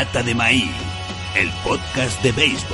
Lata de Maíz, el podcast de béisbol.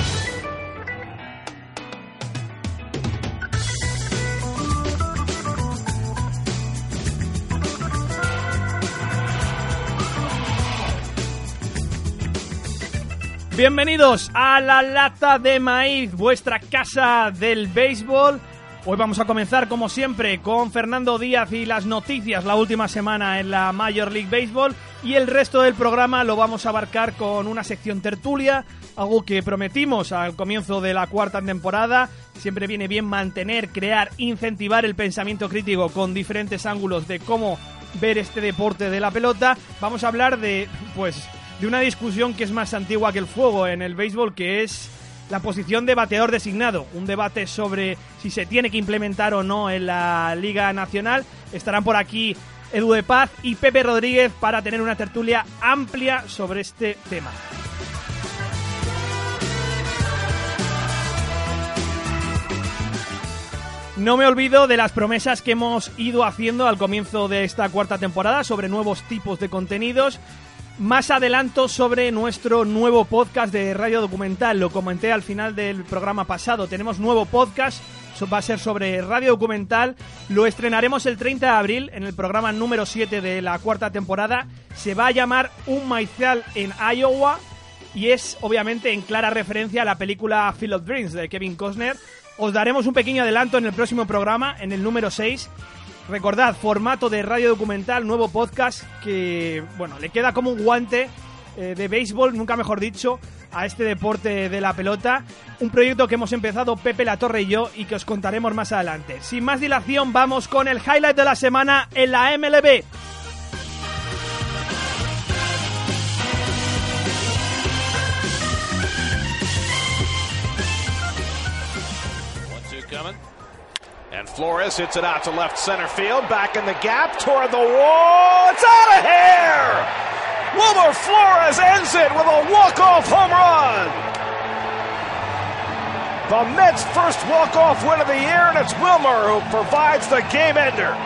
Bienvenidos a La Lata de Maíz, vuestra casa del béisbol. Hoy vamos a comenzar, como siempre, con Fernando Díaz y las noticias la última semana en la Major League Baseball. Y el resto del programa lo vamos a abarcar con una sección tertulia, algo que prometimos al comienzo de la cuarta temporada. Siempre viene bien mantener, crear, incentivar el pensamiento crítico con diferentes ángulos de cómo ver este deporte de la pelota. Vamos a hablar de una discusión que es más antigua que el fuego en el béisbol, que es la posición de bateador designado, un debate sobre si se tiene que implementar o no en la Liga Nacional. Estarán por aquí Edu de Paz y Pepe Rodríguez para tener una tertulia amplia sobre este tema. No me olvido de las promesas que hemos ido haciendo al comienzo de esta cuarta temporada sobre nuevos tipos de contenidos. Más adelanto sobre nuestro nuevo podcast de radio documental. Lo comenté al final del programa pasado. Tenemos nuevo podcast, va a ser sobre radio documental. Lo estrenaremos el 30 de abril en el programa número 7 de la cuarta temporada. Se va a llamar Un maizal en Iowa y es obviamente en clara referencia a la película Field of Dreams de Kevin Costner. Os daremos un pequeño adelanto en el próximo programa, en el número 6. Recordad, formato de radio documental, nuevo podcast que, le queda como un guante de béisbol, nunca mejor dicho, a este deporte de la pelota. Un proyecto que hemos empezado Pepe Latorre y yo y que os contaremos más adelante. Sin más dilación, vamos con el highlight de la semana en la MLB. And Flores hits it out to left center field, back in the gap, toward the wall, it's out of here! Wilmer Flores ends it with a walk-off home run! The Mets' first walk-off win of the year, and it's Wilmer who provides the game-ender.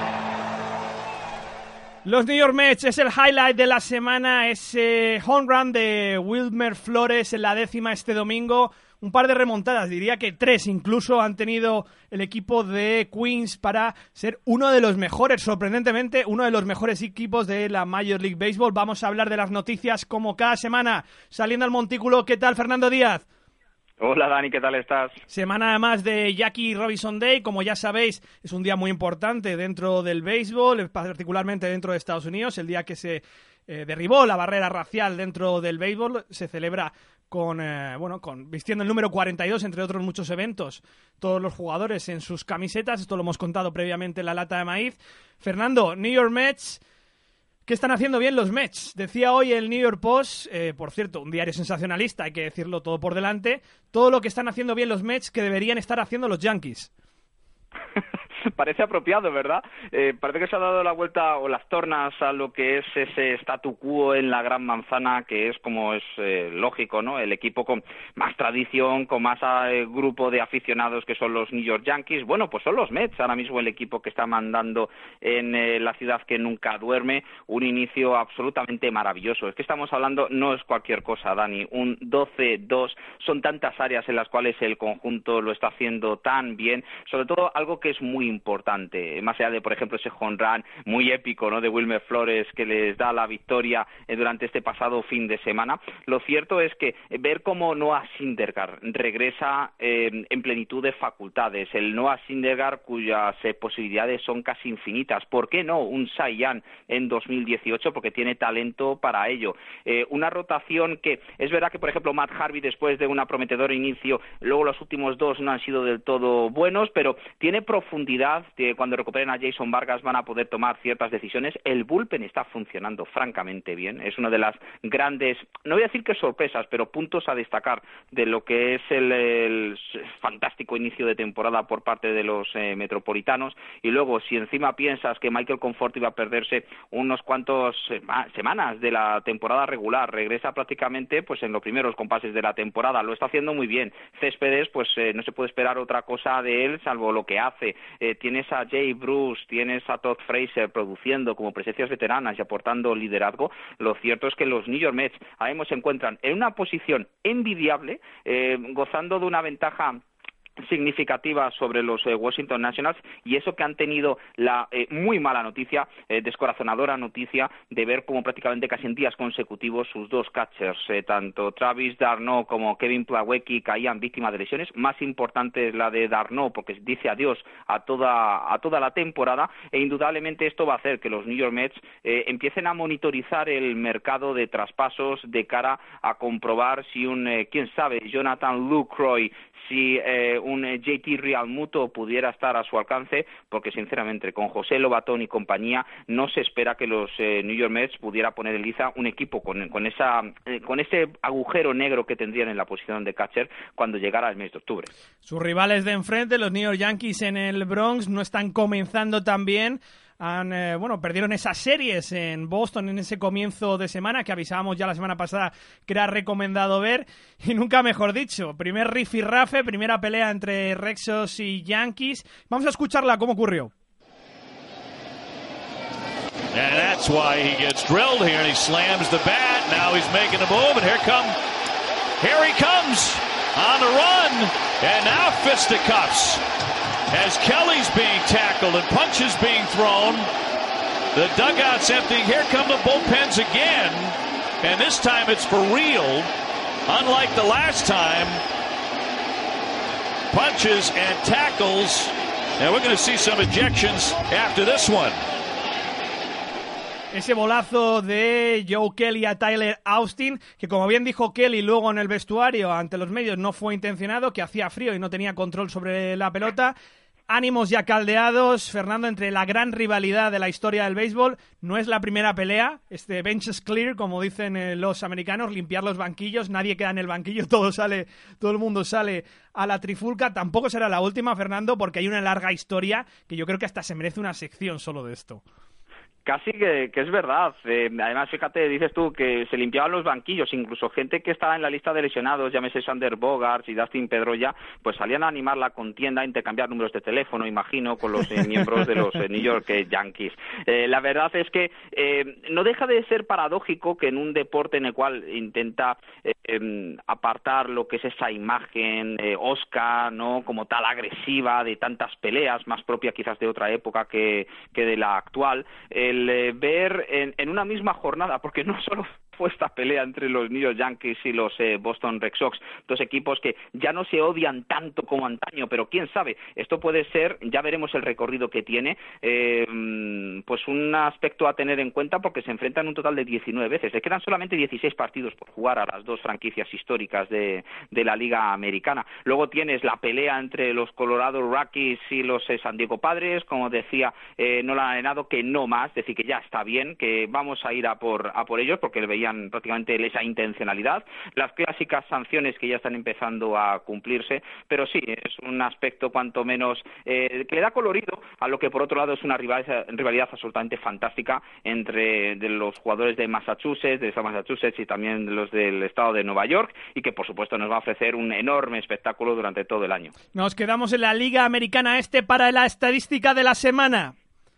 Los New York Mets es el highlight de la semana, ese home run de Wilmer Flores en la 10ª este domingo. Un par de remontadas, diría que 3 incluso han tenido el equipo de Queens para ser uno de los mejores, sorprendentemente, uno de los mejores equipos de la Major League Baseball. Vamos a hablar de las noticias como cada semana, saliendo al montículo. ¿Qué tal, Fernando Díaz? Hola, Dani, ¿qué tal estás? Semana además de Jackie Robinson Day, como ya sabéis, es un día muy importante dentro del béisbol, particularmente dentro de Estados Unidos, el día que se derribó la barrera racial dentro del béisbol. Se celebra con vistiendo el número 42, entre otros muchos eventos, todos los jugadores en sus camisetas. Esto lo hemos contado previamente en la Lata de Maíz. Fernando, New York Mets, ¿qué están haciendo bien los Mets? Decía hoy el New York Post, por cierto, un diario sensacionalista, hay que decirlo todo por delante, todo lo que están haciendo bien los Mets que deberían estar haciendo los Yankees. Parece apropiado, ¿verdad? Parece que se ha dado la vuelta o las tornas a lo que es ese statu quo en la Gran Manzana, que es como es lógico, ¿no? El equipo con más tradición, con más grupo de aficionados que son los New York Yankees. Bueno, pues son los Mets ahora mismo el equipo que está mandando en la ciudad que nunca duerme. Un inicio absolutamente maravilloso. Es que estamos hablando, no es cualquier cosa, Dani, un 12-2. Son tantas áreas en las cuales el conjunto lo está haciendo tan bien. Sobre todo algo que es muy importante, más allá de, por ejemplo, ese home run muy épico, ¿no?, de Wilmer Flores que les da la victoria durante este pasado fin de semana. Lo cierto es que ver cómo Noah Syndergaard regresa en plenitud de facultades, el Noah Syndergaard cuyas posibilidades son casi infinitas. ¿Por qué no un Cy Young en 2018? Porque tiene talento para ello. Una rotación que es verdad que, por ejemplo, Matt Harvey, después de un prometedor inicio, luego los últimos dos no han sido del todo buenos, pero tiene profundidad. Cuando recuperen a Jason Vargas van a poder tomar ciertas decisiones. El bullpen está funcionando francamente bien. Es una de las grandes, no voy a decir que sorpresas, pero puntos a destacar de lo que es el fantástico inicio de temporada por parte de los metropolitanos. Y luego, si encima piensas que Michael Conforto iba a perderse unos cuantos semanas de la temporada regular, regresa prácticamente pues en los primeros compases de la temporada. Lo está haciendo muy bien. Céspedes, pues no se puede esperar otra cosa de él salvo lo que hace. tienes a Jay Bruce, tienes a Todd Frazier produciendo como presencias veteranas y aportando liderazgo, lo cierto es que los New York Mets ahora mismo se encuentran en una posición envidiable, gozando de una ventaja significativa sobre los Washington Nationals, y eso que han tenido la muy mala noticia, descorazonadora noticia, de ver como prácticamente casi en días consecutivos sus dos catchers, tanto Travis d'Arnaud como Kevin Plawecki, caían víctimas de lesiones. Más importante es la de d'Arnaud, porque dice adiós a toda la temporada, e indudablemente esto va a hacer que los New York Mets empiecen a monitorizar el mercado de traspasos de cara a comprobar si quién sabe, Jonathan Lucroy, si un JT Realmuto pudiera estar a su alcance, porque sinceramente con José Lobatón y compañía no se espera que los New York Mets pudiera poner en liza un equipo con ese agujero negro que tendrían en la posición de catcher cuando llegara el mes de octubre. Sus rivales de enfrente, los New York Yankees en el Bronx, no están comenzando tan bien. Perdieron esas series en Boston en ese comienzo de semana que avisábamos ya la semana pasada que era recomendado ver, y nunca mejor dicho, primer rifirrafe, primera pelea entre Red Sox y Yankees. Vamos a escucharla cómo ocurrió. And that's why he gets drilled here and he slams the bat. Now he's making a move and here he comes on the run, and now fisticuffs as Kelly's being tackled and punches being thrown. The dugout's empty. Here come the bullpens again, and this time it's for real. Unlike the last time, punches and tackles, and we're going to see some ejections after this one. Ese bolazo de Joe Kelly a Tyler Austin, que como bien dijo Kelly luego en el vestuario ante los medios, no fue intencionado, que hacía frío y no tenía control sobre la pelota. Ánimos ya caldeados, Fernando, entre la gran rivalidad de la historia del béisbol. No es la primera pelea, benches clear, como dicen los americanos, limpiar los banquillos, nadie queda en el banquillo, todo el mundo sale a la trifulca. Tampoco será la última, Fernando, porque hay una larga historia que yo creo que hasta se merece una sección solo de esto. Casi que es verdad. Además, fíjate, dices tú que se limpiaban los banquillos, incluso gente que estaba en la lista de lesionados, llámese Sander Bogaerts y Dustin Pedroia, pues salían a animar la contienda, a intercambiar números de teléfono, imagino, con los miembros de los New York Yankees. La verdad es que no deja de ser paradójico que en un deporte en el cual intenta apartar lo que es esa imagen osca, ¿no?, como tal agresiva, de tantas peleas, más propia quizás de otra época que de la actual, el ver en una misma jornada, porque no solo fue esta pelea entre los New York Yankees y los Boston Red Sox, dos equipos que ya no se odian tanto como antaño, pero quién sabe, esto puede ser, ya veremos el recorrido que tiene, pues un aspecto a tener en cuenta, porque se enfrentan un total de 19 veces, le quedan solamente 16 partidos por jugar a las dos franquicias históricas de la Liga Americana. Luego tienes la pelea entre los Colorado Rockies y los San Diego Padres, como decía Nolan Arenado, que no más, decir que ya está bien, que vamos a ir a por ellos, porque le veían prácticamente esa intencionalidad, las clásicas sanciones que ya están empezando a cumplirse, pero sí, es un aspecto cuanto menos que le da colorido a lo que por otro lado es una rivalidad absolutamente fantástica entre de los jugadores de Massachusetts y también de los del estado de Nueva York, y que por supuesto nos va a ofrecer un enorme espectáculo durante todo el año. Nos quedamos en la Liga Americana para la estadística de la semana.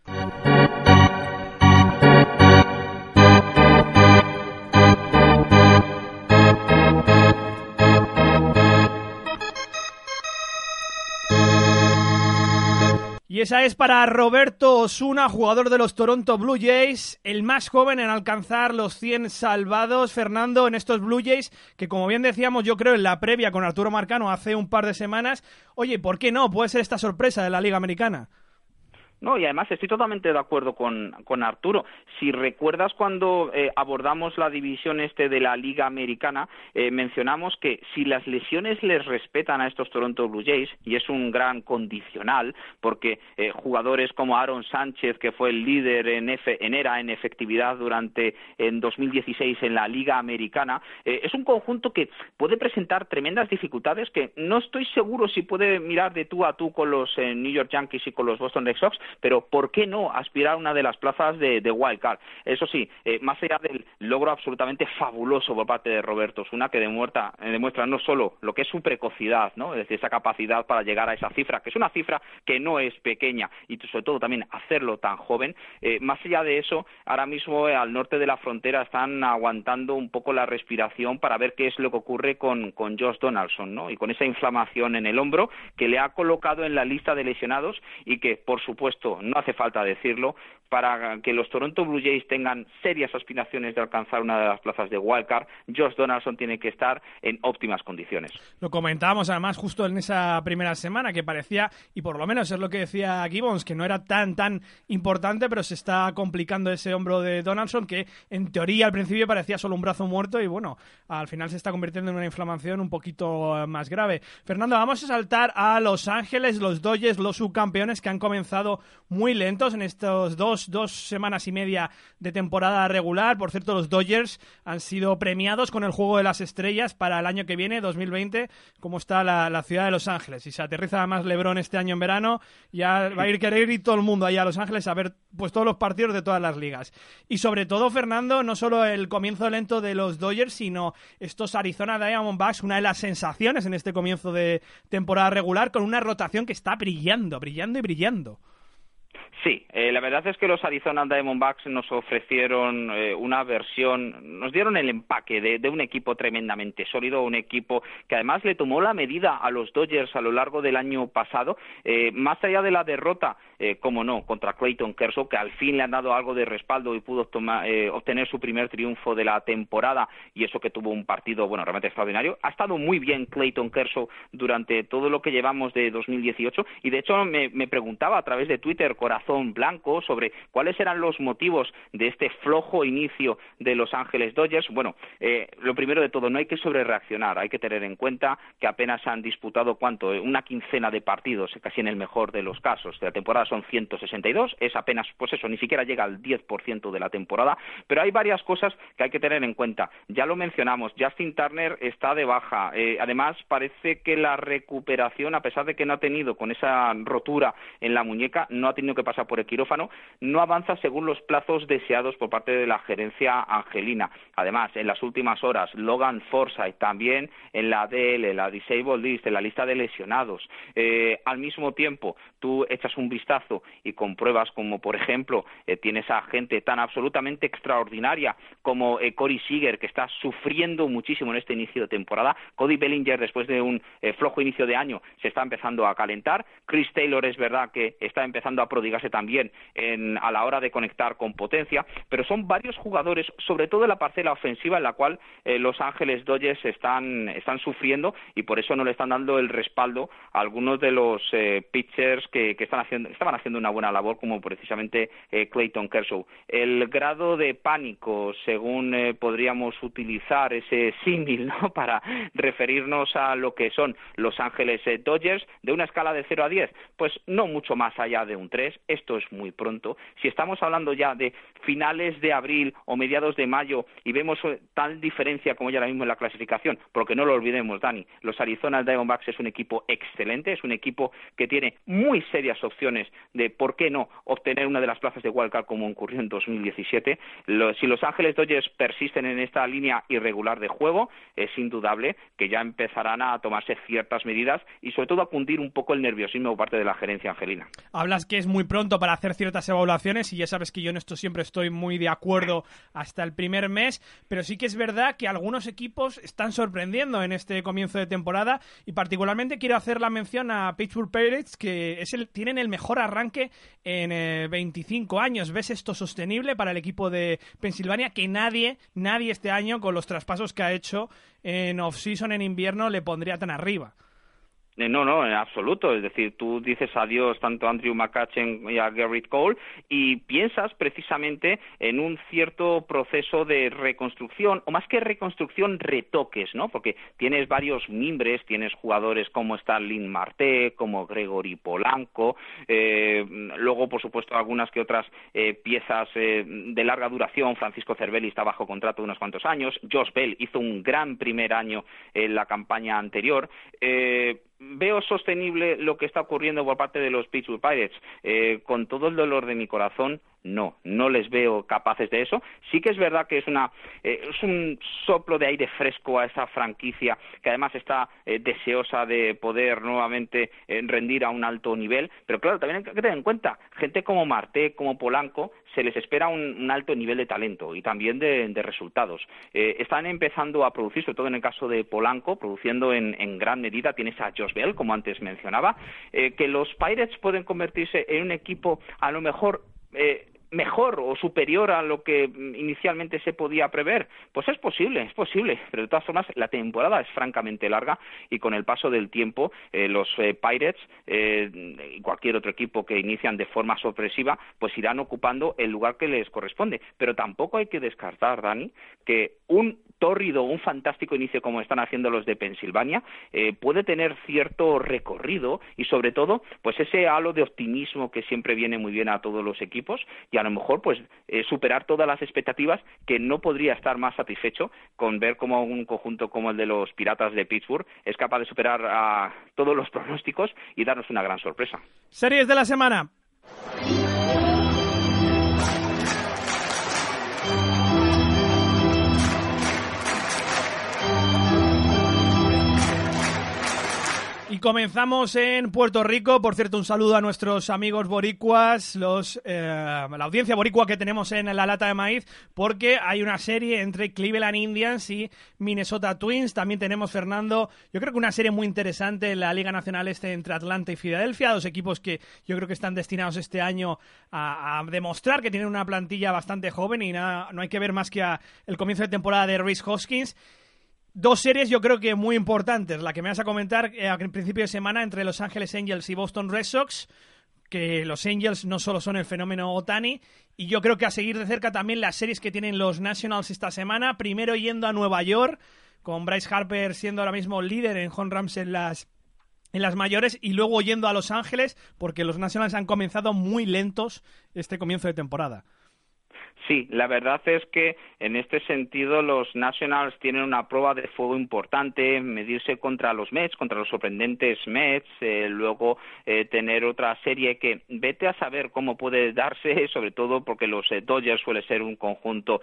Y esa es para Roberto Osuna, jugador de los Toronto Blue Jays, el más joven en alcanzar los 100 salvados, Fernando, en estos Blue Jays, que como bien decíamos, yo creo en la previa con Arturo Marcano hace un par de semanas, oye, ¿por qué no? Puede ser esta sorpresa de la Liga Americana. No, y además estoy totalmente de acuerdo con Arturo. Si recuerdas cuando abordamos la división de la Liga Americana, mencionamos que si las lesiones les respetan a estos Toronto Blue Jays, y es un gran condicional, porque jugadores como Aaron Sánchez, que fue el líder en efectividad en 2016 en la Liga Americana, es un conjunto que puede presentar tremendas dificultades, que no estoy seguro si puede mirar de tú a tú con los New York Yankees y con los Boston Red Sox, pero ¿por qué no aspirar a una de las plazas de wildcard? Eso sí, más allá del logro absolutamente fabuloso por parte de Roberto Osuna, que demuestra no solo lo que es su precocidad, ¿no? Es decir, esa capacidad para llegar a esa cifra, que es una cifra que no es pequeña, y sobre todo también hacerlo tan joven, más allá de eso, ahora mismo al norte de la frontera están aguantando un poco la respiración para ver qué es lo que ocurre con Josh Donaldson, ¿no? Y con esa inflamación en el hombro que le ha colocado en la lista de lesionados y que, por supuesto, no hace falta decirlo, para que los Toronto Blue Jays tengan serias aspiraciones de alcanzar una de las plazas de wildcard, Josh Donaldson tiene que estar en óptimas condiciones. Lo comentábamos además justo en esa primera semana, que parecía, y por lo menos es lo que decía Gibbons, que no era tan importante, pero se está complicando ese hombro de Donaldson, que en teoría al principio parecía solo un brazo muerto, y bueno, al final se está convirtiendo en una inflamación un poquito más grave. Fernando, vamos a saltar a Los Ángeles, los Dodgers, los subcampeones, que han comenzado muy lentos en estos dos semanas y media de temporada regular. Por cierto, los Dodgers han sido premiados con el Juego de las Estrellas para el año que viene, 2020, como está la ciudad de Los Ángeles. Si se aterriza además LeBron este año en verano, ya va a querer ir todo el mundo ahí a Los Ángeles a ver pues todos los partidos de todas las ligas. Y sobre todo, Fernando, no solo el comienzo lento de los Dodgers, sino estos Arizona Diamondbacks, una de las sensaciones en este comienzo de temporada regular, con una rotación que está brillando y brillando. Sí, la verdad es que los Arizona Diamondbacks nos ofrecieron una versión, nos dieron el empaque de un equipo tremendamente sólido, un equipo que además le tomó la medida a los Dodgers a lo largo del año pasado, más allá de la derrota, como no, contra Clayton Kershaw, que al fin le han dado algo de respaldo y pudo obtener su primer triunfo de la temporada, y eso que tuvo un partido, bueno, realmente extraordinario. Ha estado muy bien Clayton Kershaw durante todo lo que llevamos de 2018, y de hecho me preguntaba a través de Twitter, Corazón Blanco, sobre cuáles eran los motivos de este flojo inicio de Los Ángeles Dodgers. Bueno, lo primero de todo, no hay que sobrereaccionar, hay que tener en cuenta que apenas han disputado, una quincena de partidos, casi en el mejor de los casos. De la temporada son 162, es apenas, pues eso, ni siquiera llega al 10% de la temporada, pero hay varias cosas que hay que tener en cuenta. Ya lo mencionamos, Justin Turner está de baja, además parece que la recuperación, a pesar de que no ha tenido con esa rotura en la muñeca, no ha tenido que pasar por el quirófano, no avanza según los plazos deseados por parte de la gerencia angelina. Además, en las últimas horas, Logan Forsythe también en la DL, la Disabled List, en la lista de lesionados. Al mismo tiempo, tú echas un vistazo y compruebas como, por ejemplo, tienes a gente tan absolutamente extraordinaria como Corey Seager, que está sufriendo muchísimo en este inicio de temporada. Cody Bellinger, después de un flojo inicio de año, se está empezando a calentar. Chris Taylor es verdad que está empezando a prodigarse también a la hora de conectar con potencia, pero son varios jugadores, sobre todo en la parcela ofensiva, en la cual Los Ángeles Dodgers están sufriendo, y por eso no le están dando el respaldo a algunos de los pitchers que estaban haciendo una buena labor, como precisamente Clayton Kershaw. El grado de pánico, según podríamos utilizar ese símil, ¿no?, para referirnos a lo que son Los Ángeles Dodgers, de una escala de 0 a 10, pues no mucho más allá de un 3. Esto es muy pronto. Si estamos hablando ya de finales de abril o mediados de mayo y vemos tal diferencia como ya ahora mismo en la clasificación, porque no lo olvidemos, Dani, los Arizona Diamondbacks es un equipo excelente, es un equipo que tiene muy serias opciones de, ¿por qué no?, obtener una de las plazas de wildcard como ocurrió en 2017. Si Los Ángeles Dodgers persisten en esta línea irregular de juego, es indudable que ya empezarán a tomarse ciertas medidas y sobre todo a cundir un poco el nerviosismo por parte de la gerencia angelina. Hablas que es muy pronto para hacer ciertas evaluaciones, y ya sabes que yo en esto siempre estoy muy de acuerdo hasta el primer mes, pero sí que es verdad que algunos equipos están sorprendiendo en este comienzo de temporada, y particularmente quiero hacer la mención a Pittsburgh Pirates, que tienen el mejor arranque en 25 años. ¿Ves esto sostenible para el equipo de Pensilvania? Que nadie este año, con los traspasos que ha hecho en off-season, en invierno, le pondría tan arriba. No, en absoluto. Es decir, tú dices adiós tanto a Andrew McCutchen y a Garrett Cole y piensas precisamente en un cierto proceso de reconstrucción, o más que reconstrucción, retoques, ¿no? Porque tienes varios mimbres, tienes jugadores como Starling Marte, como Gregory Polanco, luego, por supuesto, algunas que otras piezas de larga duración. Francisco Cervelli está bajo contrato de unos cuantos años. Josh Bell hizo un gran primer año en la campaña anterior. veo sostenible lo que está ocurriendo por parte de los Pittsburgh Pirates. Con todo el dolor de mi corazón, no les veo capaces de eso. Sí que es verdad que es un soplo de aire fresco a esa franquicia que además está deseosa de poder nuevamente rendir a un alto nivel, pero claro, también hay que tener en cuenta, gente como Marte, como Polanco, se les espera un alto nivel de talento y también de resultados. Están empezando a producir, sobre todo en el caso de Polanco, produciendo en gran medida. Tienes a Josh Bell, como antes mencionaba, que los Pirates pueden convertirse en un equipo a lo mejor mejor o superior a lo que inicialmente se podía prever. Pues es posible, pero de todas formas la temporada es francamente larga y con el paso del tiempo los Pirates y cualquier otro equipo que inician de forma sorpresiva pues irán ocupando el lugar que les corresponde. Pero tampoco hay que descartar, Dani, que un tórrido, un fantástico inicio como están haciendo los de Pensilvania puede tener cierto recorrido y sobre todo pues ese halo de optimismo que siempre viene muy bien a todos los equipos y a lo mejor pues superar todas las expectativas, que no podría estar más satisfecho con ver cómo un conjunto como el de los Piratas de Pittsburgh es capaz de superar a todos los pronósticos y darnos una gran sorpresa. Series de la semana. Y comenzamos en Puerto Rico. Por cierto, un saludo a nuestros amigos boricuas, la audiencia boricua que tenemos en La Lata de Maíz, porque hay una serie entre Cleveland Indians y Minnesota Twins. También tenemos, Fernando, yo creo que una serie muy interesante en la Liga Nacional Este entre Atlanta y Filadelfia, dos equipos que yo creo que están destinados este año a demostrar que tienen una plantilla bastante joven y no hay que ver más que el comienzo de temporada de Rhys Hoskins. Dos series yo creo que muy importantes. La que me vas a comentar al principio de semana entre Los Ángeles Angels y Boston Red Sox, que los Angels no solo son el fenómeno Ohtani, y yo creo que a seguir de cerca también las series que tienen los Nationals esta semana, primero yendo a Nueva York, con Bryce Harper siendo ahora mismo líder en home runs en las mayores, y luego yendo a Los Ángeles, porque los Nationals han comenzado muy lentos este comienzo de temporada. Sí, la verdad es que en este sentido los Nationals tienen una prueba de fuego importante, medirse contra los Mets, contra los sorprendentes Mets, luego tener otra serie que vete a saber cómo puede darse, sobre todo porque los Dodgers suele ser un conjunto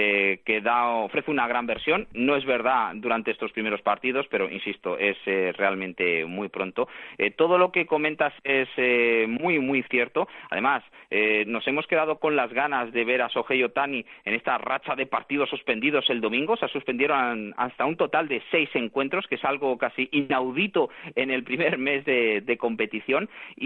que ofrece una gran versión. No es verdad durante estos primeros partidos, pero insisto, es realmente muy pronto. Todo lo que comentas es muy, muy cierto. Además, nos hemos quedado con las ganas de ver a Shohei Ohtani en esta racha de partidos suspendidos el domingo. Se suspendieron hasta un total de 6 encuentros, que es algo casi inaudito en el primer mes de competición.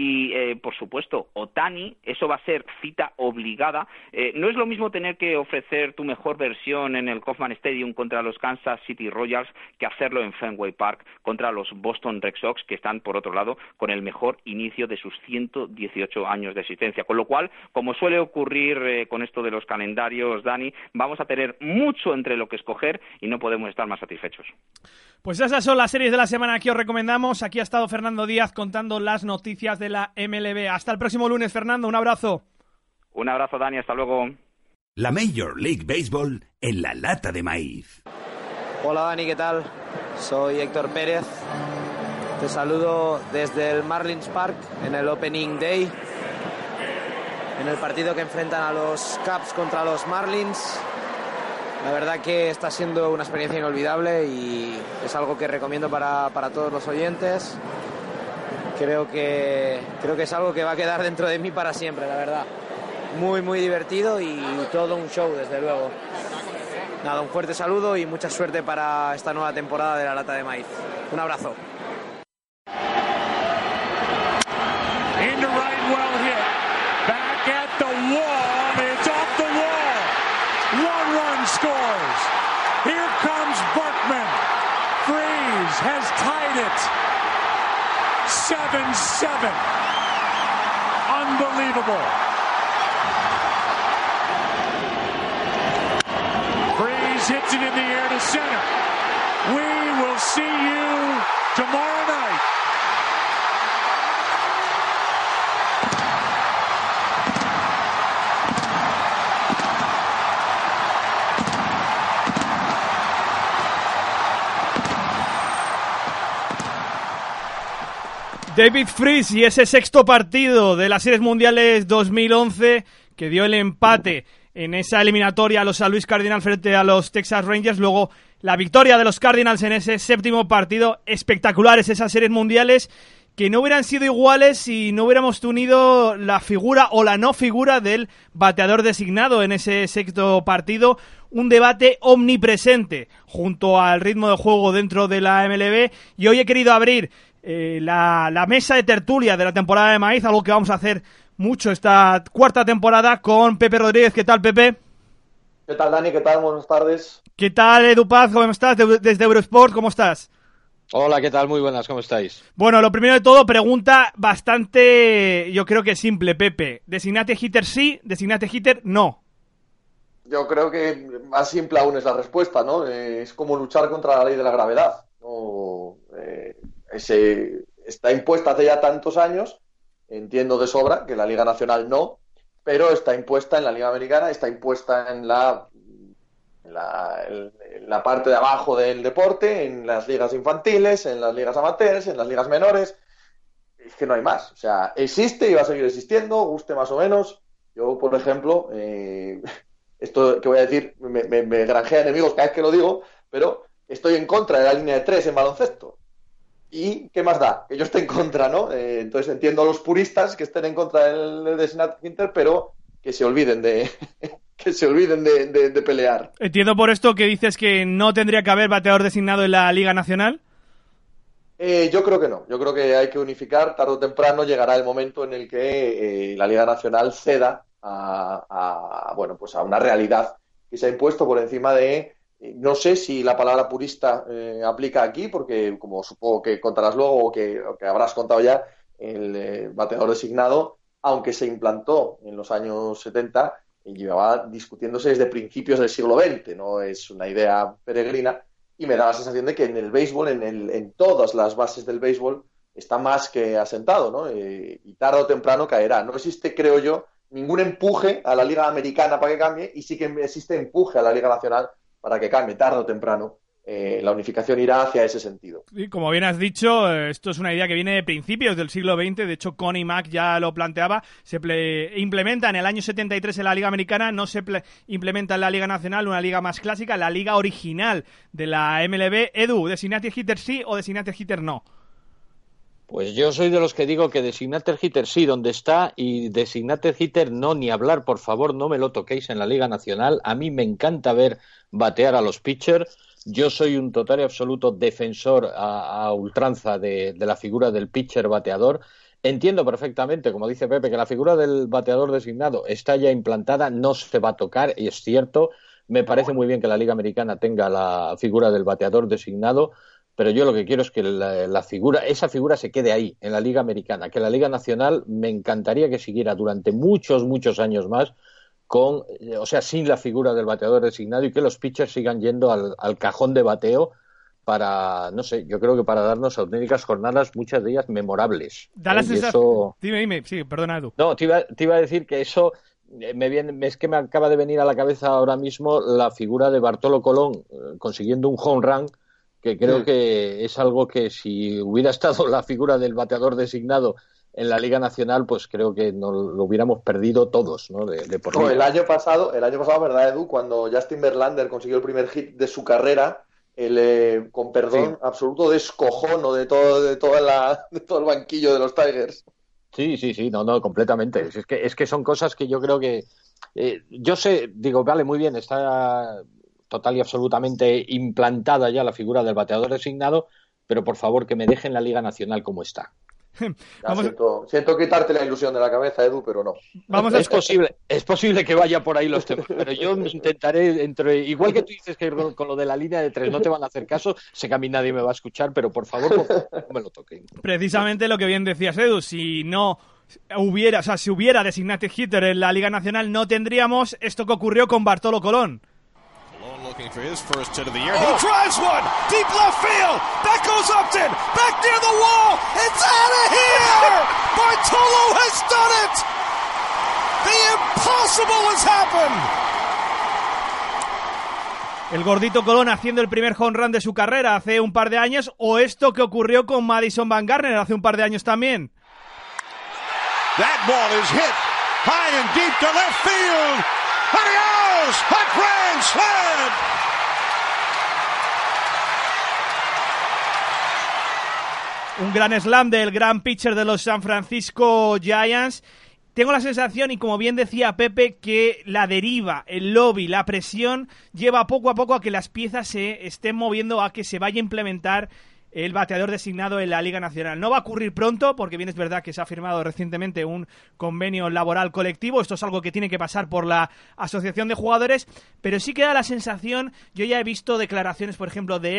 Y, por supuesto, Ohtani, eso va a ser cita obligada. No es lo mismo tener que ofrecer tu mejor versión en el Kauffman Stadium contra los Kansas City Royals que hacerlo en Fenway Park contra los Boston Red Sox, que están, por otro lado, con el mejor inicio de sus 118 años de existencia. Con lo cual, como suele ocurrir con esto de los calendarios, Dani, vamos a tener mucho entre lo que escoger y no podemos estar más satisfechos. Pues esas son las series de la semana que os recomendamos. Aquí ha estado Fernando Díaz contando las noticias de la MLB. Hasta el próximo lunes, Fernando. Un abrazo. Un abrazo, Dani. Hasta luego. La Major League Baseball en La Lata de Maíz. Hola, Dani, ¿qué tal? Soy Héctor Pérez. Te saludo desde el Marlins Park en el Opening Day, en el partido que enfrentan a los Cubs contra los Marlins. La verdad que está siendo una experiencia inolvidable y es algo que recomiendo para todos los oyentes. Creo que es algo que va a quedar dentro de mí para siempre, la verdad. Muy, muy divertido y todo un show, desde luego. Nada, un fuerte saludo y mucha suerte para esta nueva temporada de La Lata de Maíz. Un abrazo. Into right, well hit. Back at the wall. It's off the wall. 1 run scores. Here comes Berkman. Freese has tied it. 7-7. Unbelievable. Freese hits it in the air to center. We will see you tomorrow night. David Freese y ese sexto partido de las Series Mundiales 2011 que dio el empate en esa eliminatoria a los San Luis Cardinals frente a los Texas Rangers, luego la victoria de los Cardinals en ese séptimo partido. Espectaculares esas Series Mundiales que no hubieran sido iguales si no hubiéramos tenido la figura o la no figura del bateador designado en ese sexto partido. Un debate omnipresente junto al ritmo de juego dentro de la MLB, y hoy he querido abrir la mesa de tertulia de la temporada de maíz, algo que vamos a hacer mucho esta cuarta temporada, con Pepe Rodríguez. ¿Qué tal, Pepe? ¿Qué tal, Dani? ¿Qué tal? Buenas tardes. ¿Qué tal, Edu Paz? ¿Cómo estás? Desde Eurosport, ¿cómo estás? Hola, ¿qué tal? Muy buenas, ¿cómo estáis? Bueno, lo primero de todo, pregunta bastante, yo creo que simple, Pepe. ¿Designate hitter sí, designate hitter no? Yo creo que más simple aún es la respuesta, ¿no? Es como luchar contra la ley de la gravedad, ¿no? Está impuesta hace ya tantos años, entiendo de sobra que la Liga Nacional no, pero está impuesta en la Liga Americana, está impuesta en la parte de abajo del deporte, en las ligas infantiles, en las ligas amateurs, en las ligas menores. Es que no hay más. O sea, existe y va a seguir existiendo, guste más o menos. Yo, por ejemplo, esto que voy a decir me granjea enemigos cada vez que lo digo, pero estoy en contra de la línea de 3 en baloncesto. ¿Y qué más da? Que yo esté en contra, ¿no? Entonces entiendo a los puristas que estén en contra del designated hitter, pero que se olviden de pelear. Entiendo por esto que dices que no tendría que haber bateador designado en la Liga Nacional. Yo creo que no. Yo creo que hay que unificar. Tarde o temprano llegará el momento en el que la Liga Nacional ceda a una realidad que se ha impuesto por encima de... No sé si la palabra purista aplica aquí, porque como supongo que contarás luego o que habrás contado ya, el bateador designado, aunque se implantó en los años 70, llevaba discutiéndose desde principios del siglo XX, no es una idea peregrina, y me da la sensación de que en el béisbol, en todas las bases del béisbol, está más que asentado, ¿no? Y tarde o temprano caerá. No existe, creo yo, ningún empuje a la Liga Americana para que cambie, y sí que existe empuje a la Liga Nacional para que cambie. Tarde o temprano la unificación irá hacia ese sentido. Sí, como bien has dicho, esto es una idea que viene de principios del siglo XX. De hecho, Connie Mack ya lo planteaba. Se implementa en el año 73 en la Liga Americana, no se implementa en la Liga Nacional, una liga más clásica, la liga original de la MLB. Edu, ¿designated hitter sí o designated hitter no? Pues yo soy de los que digo que designated hitter sí, donde está, y designated hitter no, ni hablar, por favor, no me lo toquéis en la Liga Nacional. A mí me encanta ver batear a los pitchers. Yo soy un total y absoluto defensor a ultranza de la figura del pitcher bateador. Entiendo perfectamente, como dice Pepe, que la figura del bateador designado está ya implantada, no se va a tocar, y es cierto. Me parece muy bien que la Liga Americana tenga la figura del bateador designado, pero yo lo que quiero es que esa figura se quede ahí, en la Liga Americana. Que la Liga Nacional me encantaría que siguiera durante muchos, muchos años más sin la figura del bateador designado, y que los pitchers sigan yendo al cajón de bateo para, no sé, yo creo que para darnos auténticas jornadas, muchas de ellas memorables. Da la sensación... Dime, sí, perdona, Edu. No, te iba a decir que eso... es que me acaba de venir a la cabeza ahora mismo la figura de Bartolo Colón consiguiendo un home run, que creo que es algo que si hubiera estado la figura del bateador designado en la Liga Nacional, pues creo que no lo hubiéramos perdido todos, ¿no? De por vida. El año pasado, ¿verdad, Edu? Cuando Justin Verlander consiguió el primer hit de su carrera, con perdón, absoluto descojono de todo el banquillo de los Tigers. Sí, no, completamente. Es que son cosas que yo creo que... yo sé, digo, vale, muy bien, está total y absolutamente implantada ya la figura del bateador designado, pero por favor que me dejen la Liga Nacional como está. Siento quitarte la ilusión de la cabeza, Edu, pero no. Es posible que vaya por ahí los temas, pero yo intentaré, igual que tú dices que con lo de la línea de 3 no te van a hacer caso, sé que a mí nadie me va a escuchar, pero por favor no me lo toquen. Precisamente lo que bien decías, Edu, si hubiera designated hitter en la Liga Nacional, no tendríamos esto que ocurrió con Bartolo Colón. Looking for his first hit of the year. He drives one deep left field. That goes Upton. Back near the wall. It's out of here. Bartolo has done it. The impossible has happened. el gordito Colón haciendo el primer home run de su carrera hace un par de años, o esto que ocurrió con Madison Bumgarner hace un par de años también. That ball is hit high and deep to left field. Adios! A grand slam! Un gran slam del gran pitcher de los San Francisco Giants. Tengo la sensación, y como bien decía Pepe, que la deriva, el lobby, la presión lleva poco a poco a que las piezas se estén moviendo, a que se vaya a implementar el bateador designado en la Liga Nacional. No va a ocurrir pronto, porque bien es verdad que se ha firmado recientemente un convenio laboral colectivo. Esto es algo que tiene que pasar por la Asociación de Jugadores, pero sí que da la sensación, yo ya he visto declaraciones, por ejemplo, de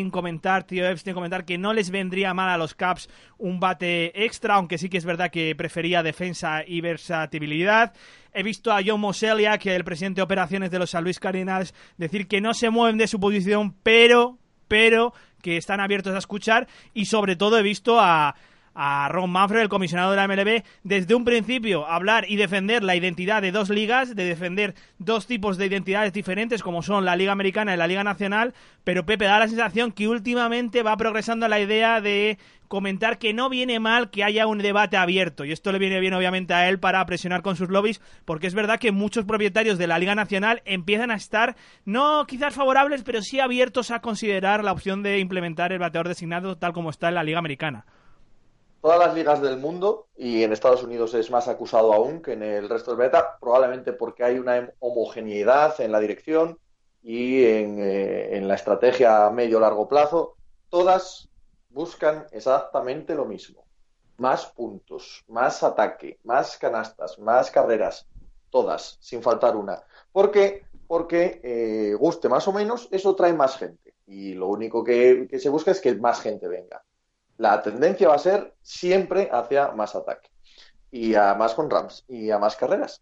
Tío Epstein comentar que no les vendría mal a los Cubs un bate extra, aunque sí que es verdad que prefería defensa y versatilidad. He visto a John Mozeliak, que es el presidente de operaciones de los San Luis Cardinals, decir que no se mueven de su posición, pero que están abiertos a escuchar, y sobre todo he visto a Ron Manfred, el comisionado de la MLB, desde un principio hablar y defender la identidad de dos ligas, de defender dos tipos de identidades diferentes como son la Liga Americana y la Liga Nacional, pero Pepe da la sensación que últimamente va progresando la idea de comentar que no viene mal que haya un debate abierto, y esto le viene bien obviamente a él para presionar con sus lobbies, porque es verdad que muchos propietarios de la Liga Nacional empiezan a estar, no quizás favorables, pero sí abiertos a considerar la opción de implementar el bateador designado tal como está en la Liga Americana. Todas las ligas del mundo, y en Estados Unidos es más acusado aún que en el resto del planeta, probablemente porque hay una homogeneidad en la dirección y en la estrategia a medio-largo plazo, todas buscan exactamente lo mismo. Más puntos, más ataque, más canastas, más carreras, todas, sin faltar una. ¿Por qué? Porque guste más o menos, eso trae más gente. Y lo único que se busca es que más gente venga. La tendencia va a ser siempre hacia más ataque. Y a más home runs, y a más carreras.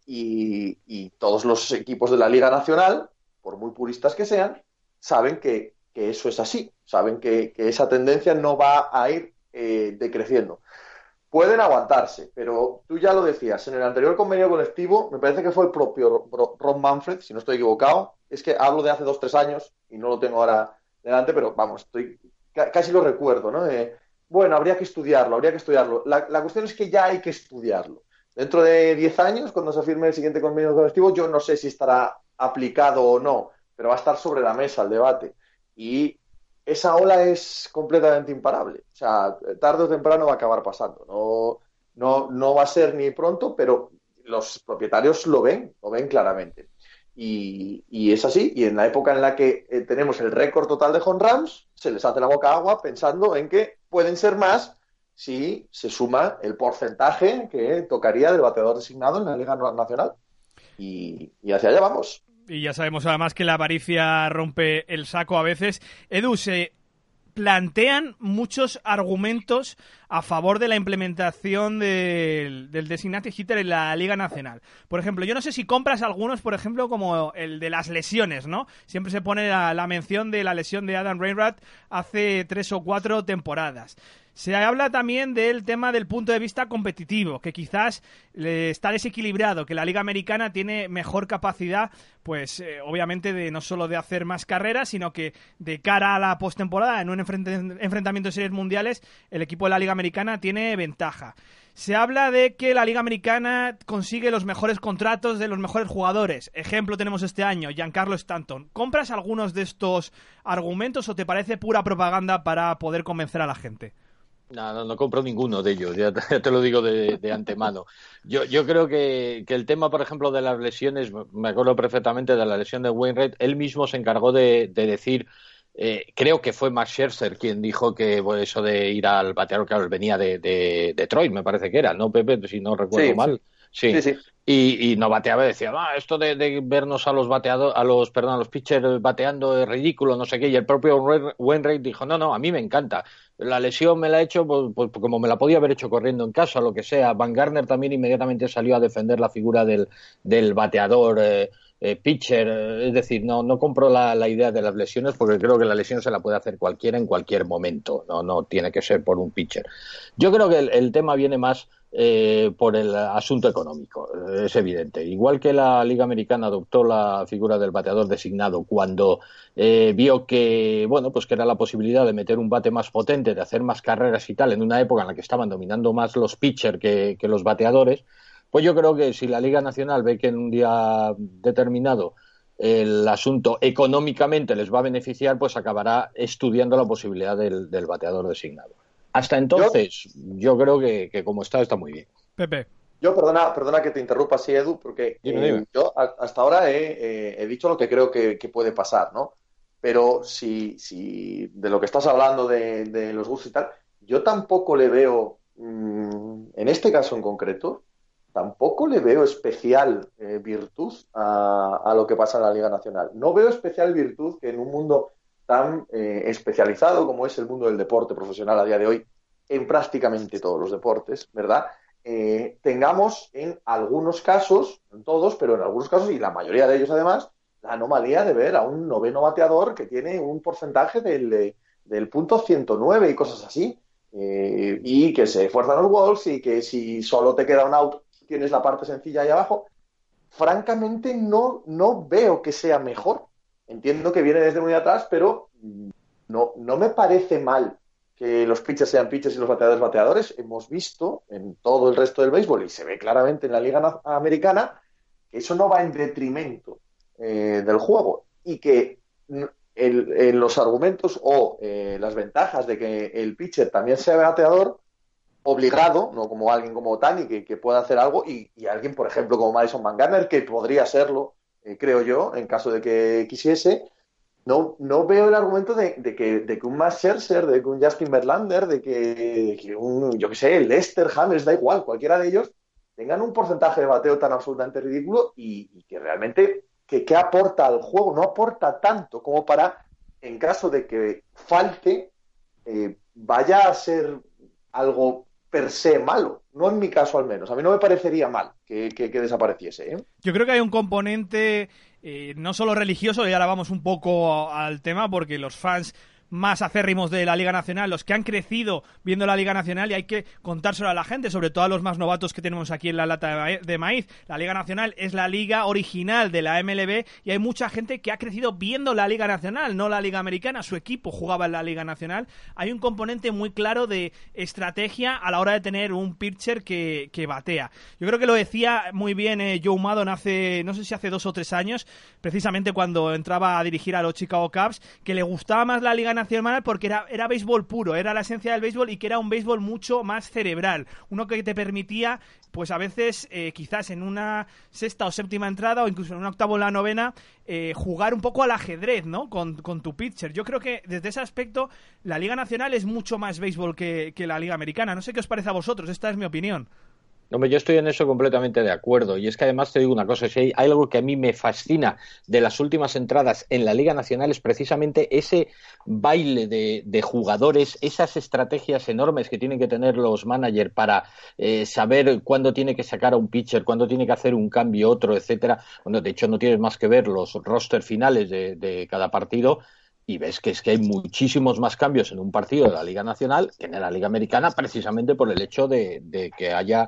Y todos los equipos de la Liga Nacional, por muy puristas que sean, saben que eso es así, saben que esa tendencia no va a ir decreciendo. Pueden aguantarse, pero tú ya lo decías, en el anterior convenio colectivo, me parece que fue el propio Ron Manfred, si no estoy equivocado, es que hablo de hace 2-3 años, y no lo tengo ahora delante, pero vamos, casi lo recuerdo, ¿no? Bueno, habría que estudiarlo. La cuestión es que ya hay que estudiarlo. Dentro de 10 años, cuando se firme el siguiente convenio colectivo, yo no sé si estará aplicado o no, pero va a estar sobre la mesa el debate. Y esa ola es completamente imparable. O sea, tarde o temprano va a acabar pasando. No va a ser ni pronto, pero los propietarios lo ven claramente. Y es así. Y en la época en la que tenemos el récord total de home runs, se les hace la boca agua pensando en que pueden ser más si se suma el porcentaje que tocaría del bateador designado en la Liga Nacional. Y hacia allá vamos. Y ya sabemos además que la avaricia rompe el saco a veces. Edu, se plantean muchos argumentos a favor de la implementación del designated hitter en la Liga Nacional. Por ejemplo, yo no sé si compras algunos, por ejemplo, como el de las lesiones, ¿no? Siempre se pone la mención de la lesión de Adam Wainwright hace 3 o 4 temporadas. Se habla también del tema del punto de vista competitivo, que quizás está desequilibrado, que la Liga Americana tiene mejor capacidad, pues obviamente de no solo de hacer más carreras, sino que de cara a la postemporada, en un enfrentamiento de series mundiales, el equipo de la Liga Americana tiene ventaja. Se habla de que la Liga Americana consigue los mejores contratos de los mejores jugadores. Ejemplo tenemos este año, Giancarlo Stanton. ¿Compras algunos de estos argumentos o te parece pura propaganda para poder convencer a la gente? No compro ninguno de ellos, ya te lo digo de antemano. Yo creo que el tema, por ejemplo, de las lesiones, me acuerdo perfectamente de la lesión de Wainwright, él mismo se encargó de decir, creo que fue Max Scherzer quien dijo que eso de ir al bateador, claro, venía de Detroit, me parece que era, ¿no, Pepe? Si no recuerdo mal. Sí. Y no bateaba y decía, esto de vernos a los pitchers bateando es ridículo, no sé qué, y el propio Wainwright dijo, no, a mí me encanta, la lesión me la he hecho pues como me la podía haber hecho corriendo en casa, lo que sea. Bumgarner también inmediatamente salió a defender la figura del bateador pitcher, es decir, no compro la idea de las lesiones, porque creo que la lesión se la puede hacer cualquiera en cualquier momento, no tiene que ser por un pitcher. Yo creo que el tema viene más por el asunto económico, es evidente. Igual que la Liga Americana adoptó la figura del bateador designado cuando vio que, bueno, pues que era la posibilidad de meter un bate más potente, de hacer más carreras y tal, en una época en la que estaban dominando más los pitchers que los bateadores, pues yo creo que si la Liga Nacional ve que en un día determinado el asunto económicamente les va a beneficiar, pues acabará estudiando la posibilidad del bateador designado. Hasta entonces, yo creo que como está muy bien. Pepe. Yo, perdona que te interrumpa así, Edu, porque dime. yo hasta ahora he dicho lo que creo que puede pasar, ¿no? Pero si de lo que estás hablando de los gustos y tal, yo tampoco le veo, en este caso en concreto, tampoco le veo especial virtud a lo que pasa en la Liga Nacional. No veo especial virtud que en un mundo tan especializado como es el mundo del deporte profesional a día de hoy, en prácticamente todos los deportes, ¿verdad? Tengamos en algunos casos, en todos, pero en algunos casos, y la mayoría de ellos además, la anomalía de ver a un noveno bateador que tiene un porcentaje del punto 109 y cosas así, y que se esfuerzan los walks y que si solo te queda un out tienes la parte sencilla ahí abajo. Francamente no veo que sea mejor. Entiendo que viene desde muy atrás, pero no me parece mal que los pitchers sean pitchers y los bateadores bateadores. Hemos visto en todo el resto del béisbol, y se ve claramente en la Liga Americana, que eso no va en detrimento del juego, y que en los argumentos o las ventajas de que el pitcher también sea bateador obligado, no como alguien como Ohtani que pueda hacer algo, y alguien, por ejemplo, como Madison Bumgarner, que podría serlo, creo yo, en caso de que quisiese. No veo el argumento de que un Max Scherzer, de que un Justin Verlander, de que un, yo qué sé, el Lester, James, da igual, cualquiera de ellos, tengan un porcentaje de bateo tan absolutamente ridículo y que realmente, ¿qué aporta al juego? No aporta tanto como para, en caso de que falte, vaya a ser algo per se malo. No en mi caso, al menos. A mí no me parecería mal que desapareciese, ¿eh? Yo creo que hay un componente no solo religioso, y ahora vamos un poco al tema, porque los fans más acérrimos de la Liga Nacional, los que han crecido viendo la Liga Nacional, y hay que contárselo a la gente, sobre todo a los más novatos que tenemos aquí en la lata de maíz. La Liga Nacional es la liga original de la MLB y hay mucha gente que ha crecido viendo la Liga Nacional, no la Liga Americana. Su equipo jugaba en la Liga Nacional. Hay un componente muy claro de estrategia a la hora de tener un pitcher que batea. Yo creo que lo decía muy bien Joe Maddon hace, no sé si hace 2 o 3 años, precisamente cuando entraba a dirigir a los Chicago Cubs, que le gustaba más la Liga Nacional porque era béisbol puro, era la esencia del béisbol, y que era un béisbol mucho más cerebral, uno que te permitía, pues a veces quizás en una sexta o séptima entrada o incluso en una octava o la novena, jugar un poco al ajedrez, ¿no? Con tu pitcher. Yo creo que desde ese aspecto la Liga Nacional es mucho más béisbol que la Liga Americana. No sé qué os parece a vosotros, esta es mi opinión. Hombre, yo estoy en eso completamente de acuerdo, y es que además te digo una cosa, si hay algo que a mí me fascina de las últimas entradas en la Liga Nacional es precisamente ese baile de jugadores, esas estrategias enormes que tienen que tener los managers para saber cuándo tiene que sacar a un pitcher, cuándo tiene que hacer un cambio, otro, etcétera. Bueno, de hecho no tienes más que ver los roster finales de cada partido y ves que es que hay muchísimos más cambios en un partido de la Liga Nacional que en la Liga Americana, precisamente por el hecho de que haya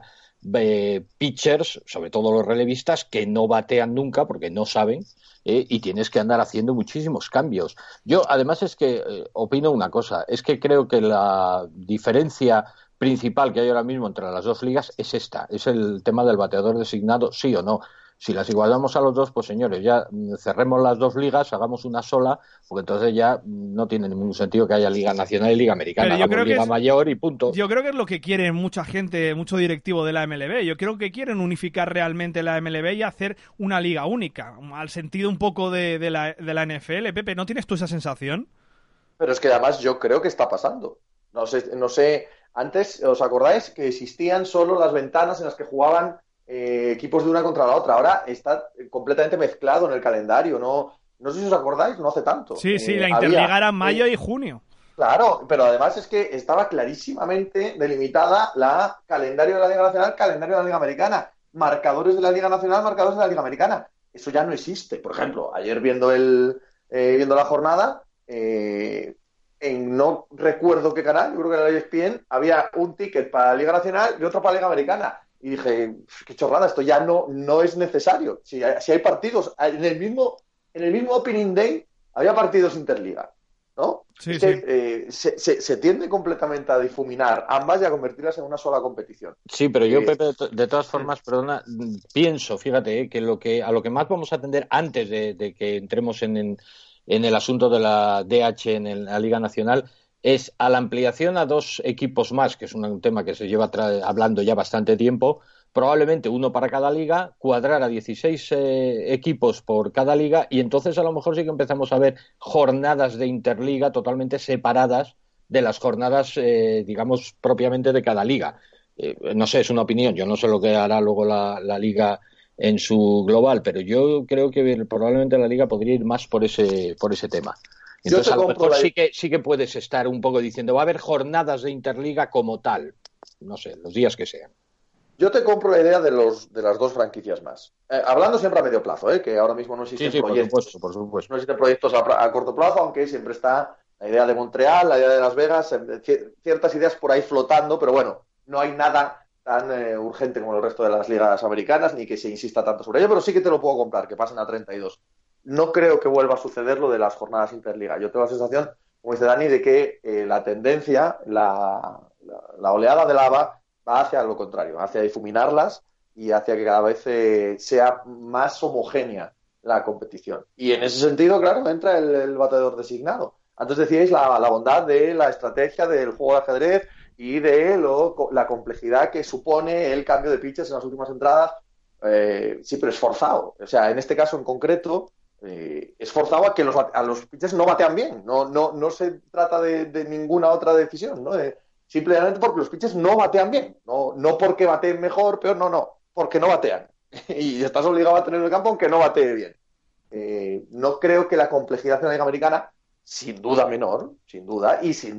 pitchers, sobre todo los relevistas, que no batean nunca porque no saben, y tienes que andar haciendo muchísimos cambios. Yo, además, es que opino una cosa, es que creo que la diferencia principal que hay ahora mismo entre las dos ligas es esta, es el tema del bateador designado, sí o no. Si las igualamos a los dos, pues señores, ya cerremos las dos ligas, hagamos una sola, porque entonces ya no tiene ningún sentido que haya Liga Nacional y Liga Americana, hagamos Liga Mayor y punto. Yo creo que es lo que quieren mucha gente, mucho directivo de la MLB. Yo creo que quieren unificar realmente la MLB y hacer una liga única, al sentido un poco de la NFL. Pepe, ¿no tienes tú esa sensación? Pero es que además yo creo que está pasando. No sé, antes, ¿os acordáis que existían solo las ventanas en las que jugaban equipos de una contra la otra? Ahora está completamente mezclado en el calendario. No sé si os acordáis, no hace tanto. Sí, la Interliga era mayo y junio. Claro, pero además es que estaba clarísimamente delimitada la calendario de la Liga Nacional, calendario de la Liga Americana, marcadores de la Liga Nacional, marcadores de la Liga Americana. Eso ya no existe. Por ejemplo, ayer viendo la jornada, el no recuerdo qué canal, yo creo que en la ESPN, había un ticket para la Liga Nacional y otro para la Liga Americana. Y dije, qué chorrada, esto ya no es necesario. Si hay partidos, en el mismo Opening Day había partidos interliga, ¿no? Sí, se tiende completamente a difuminar ambas y a convertirlas en una sola competición. Sí, pero yo, Pepe, de todas formas, perdona, pienso, fíjate, que a lo que más vamos a atender antes de que entremos en el asunto de la DH en la Liga Nacional es a la ampliación a 2 equipos más, que es un tema que se lleva hablando ya bastante tiempo, probablemente uno para cada liga, cuadrar a 16 equipos por cada liga, y entonces a lo mejor sí que empezamos a ver jornadas de interliga totalmente separadas de las jornadas, digamos, propiamente de cada liga. No sé, es una opinión, yo no sé lo que hará luego la liga en su global, pero yo creo que probablemente la liga podría ir más por ese tema. Entonces a lo mejor sí que puedes estar un poco diciendo va a haber jornadas de interliga como tal, no sé, los días que sean. Yo te compro la idea de las 2 franquicias más. Hablando siempre a medio plazo, que ahora mismo no existen proyectos. Por supuesto. No existen proyectos a corto plazo, aunque siempre está la idea de Montreal, la idea de Las Vegas, ciertas ideas por ahí flotando, pero bueno, no hay nada tan urgente como el resto de las ligas americanas, ni que se insista tanto sobre ello, pero sí que te lo puedo comprar, que pasen a 32. No creo que vuelva a suceder lo de las jornadas interliga. Yo tengo la sensación, como dice Dani, de que la tendencia, la oleada de lava va hacia lo contrario, hacia difuminarlas y hacia que cada vez sea más homogénea la competición. Y en ese sentido, claro, entra el bateador designado. Antes decíais la bondad de la estrategia del juego de ajedrez y de la complejidad que supone el cambio de pitches en las últimas entradas. Sí, pero es forzado. O sea, en este caso en concreto, es forzado a que a los pitchers no batean bien. No se trata de ninguna otra decisión, ¿no? Simplemente porque los pitchers no batean bien. No porque bateen mejor, peor, no. Porque no batean. Y estás obligado a tener el campo aunque no batee bien. No creo que la complejidad en la Liga Americana, sin duda menor, sin duda,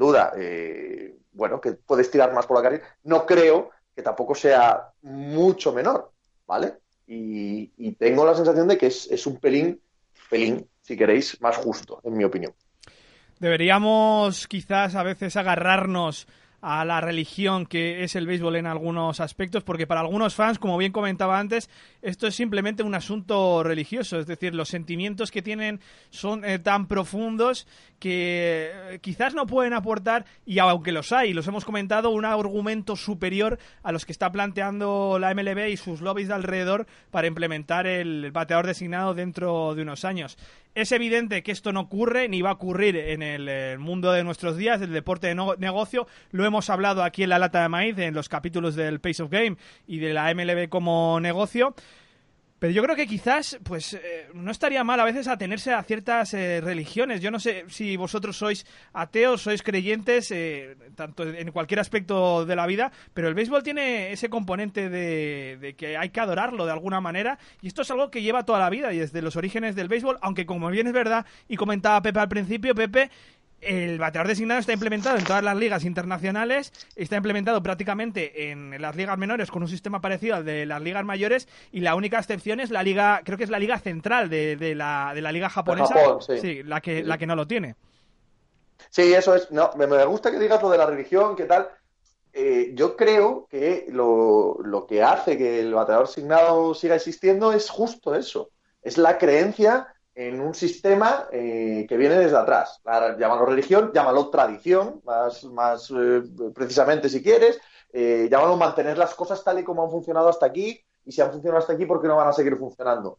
bueno, que puedes tirar más por la carrera, no creo que tampoco sea mucho menor, ¿vale? Y tengo la sensación de que es un pelín, si queréis, más justo, en mi opinión. Deberíamos quizás a veces agarrarnos a la religión que es el béisbol en algunos aspectos, porque para algunos fans, como bien comentaba antes, esto es simplemente un asunto religioso, es decir, los sentimientos que tienen son tan profundos que quizás no pueden aportar, y aunque los hay, los hemos comentado, un argumento superior a los que está planteando la MLB y sus lobbies de alrededor para implementar el bateador designado dentro de unos años. Es evidente que esto no ocurre ni va a ocurrir en el mundo de nuestros días, del deporte de negocio. Lo hemos hablado aquí en La Lata de Maíz, en los capítulos del Pace of Game y de la MLB como negocio. Pero yo creo que quizás no estaría mal a veces atenerse a ciertas religiones. Yo no sé si vosotros sois ateos, sois creyentes, tanto en cualquier aspecto de la vida, pero el béisbol tiene ese componente de que hay que adorarlo de alguna manera, y esto es algo que lleva toda la vida y desde los orígenes del béisbol, aunque como bien es verdad, y comentaba Pepe al principio, el bateador designado está implementado en todas las ligas internacionales, está implementado prácticamente en las ligas menores con un sistema parecido al de las ligas mayores, y la única excepción es la liga, creo que es la liga central de la liga japonesa, Japón, sí, la que no lo tiene. Sí, eso es. No, me gusta que digas lo de la religión, ¿qué tal? Yo creo que lo que hace que el bateador designado siga existiendo es justo eso, es la creencia en un sistema que viene desde atrás. Llámalo religión, llámalo tradición, más precisamente si quieres, llámalo mantener las cosas tal y como han funcionado hasta aquí, y si han funcionado hasta aquí, ¿por qué no van a seguir funcionando?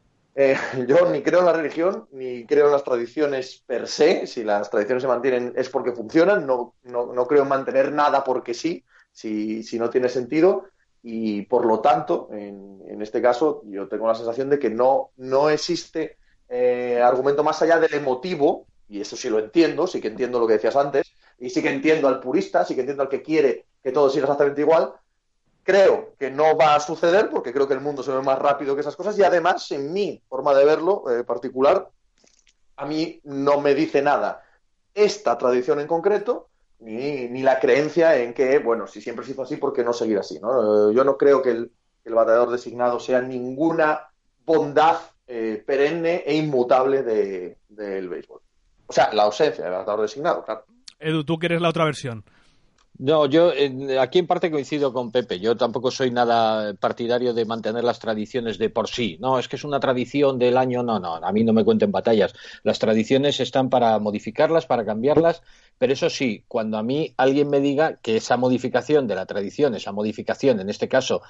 Yo ni creo en la religión, ni creo en las tradiciones per se. Si las tradiciones se mantienen es porque funcionan. No creo en mantener nada porque sí, si no tiene sentido. Y por lo tanto, en este caso, yo tengo la sensación de que no existe argumento más allá del emotivo, y eso sí lo entiendo, sí que entiendo lo que decías antes, y sí que entiendo al purista, sí que entiendo al que quiere que todo siga exactamente igual. Creo que no va a suceder, porque creo que el mundo se ve más rápido que esas cosas, y además, en mi forma de verlo particular, a mí no me dice nada esta tradición en concreto, ni la creencia en que, bueno, si siempre se hizo así, ¿por qué no seguir así, ¿no? Yo no creo que el bateador designado sea ninguna bondad perenne e inmutable del béisbol. O sea, la ausencia del bateador designado, claro. Edu, ¿tú quieres la otra versión? No, yo aquí en parte coincido con Pepe. Yo tampoco soy nada partidario de mantener las tradiciones de por sí. No, es que es una tradición del año. No, a mí no me cuenten batallas. Las tradiciones están para modificarlas, para cambiarlas, pero eso sí, cuando a mí alguien me diga que esa modificación de la tradición, esa modificación, en este caso,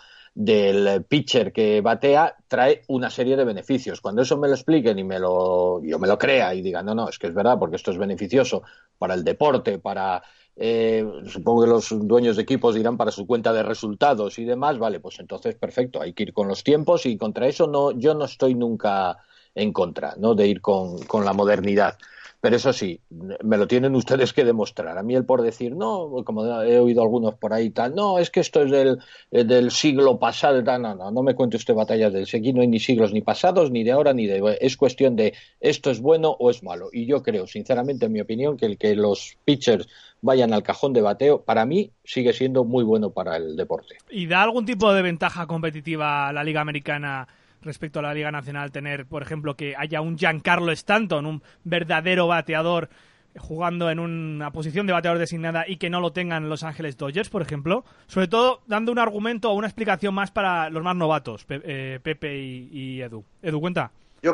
del pitcher que batea, trae una serie de beneficios. Cuando eso me lo expliquen y yo me lo crea y diga, no, es que es verdad, porque esto es beneficioso para el deporte, para... supongo que los dueños de equipos dirán para su cuenta de resultados y demás, vale, pues entonces perfecto, hay que ir con los tiempos y contra eso yo no estoy nunca en contra, ¿no? De ir con la modernidad. Pero eso sí, me lo tienen ustedes que demostrar. A mí el por decir, no, como he oído algunos por ahí, tal, no, es que esto es del siglo pasado, tal, no me cuente usted batallas del aquí no hay ni siglos ni pasados, ni de ahora, ni de... Es cuestión de esto es bueno o es malo. Y yo creo, sinceramente, en mi opinión, que el que los pitchers vayan al cajón de bateo, para mí sigue siendo muy bueno para el deporte. ¿Y da algún tipo de ventaja competitiva a la Liga Americana respecto a la Liga Nacional tener, por ejemplo, que haya un Giancarlo Stanton, un verdadero bateador jugando en una posición de bateador designada y que no lo tengan Los Ángeles Dodgers, por ejemplo? Sobre todo dando un argumento o una explicación más para los más novatos, Pepe y Edu. Edu, cuenta. Yo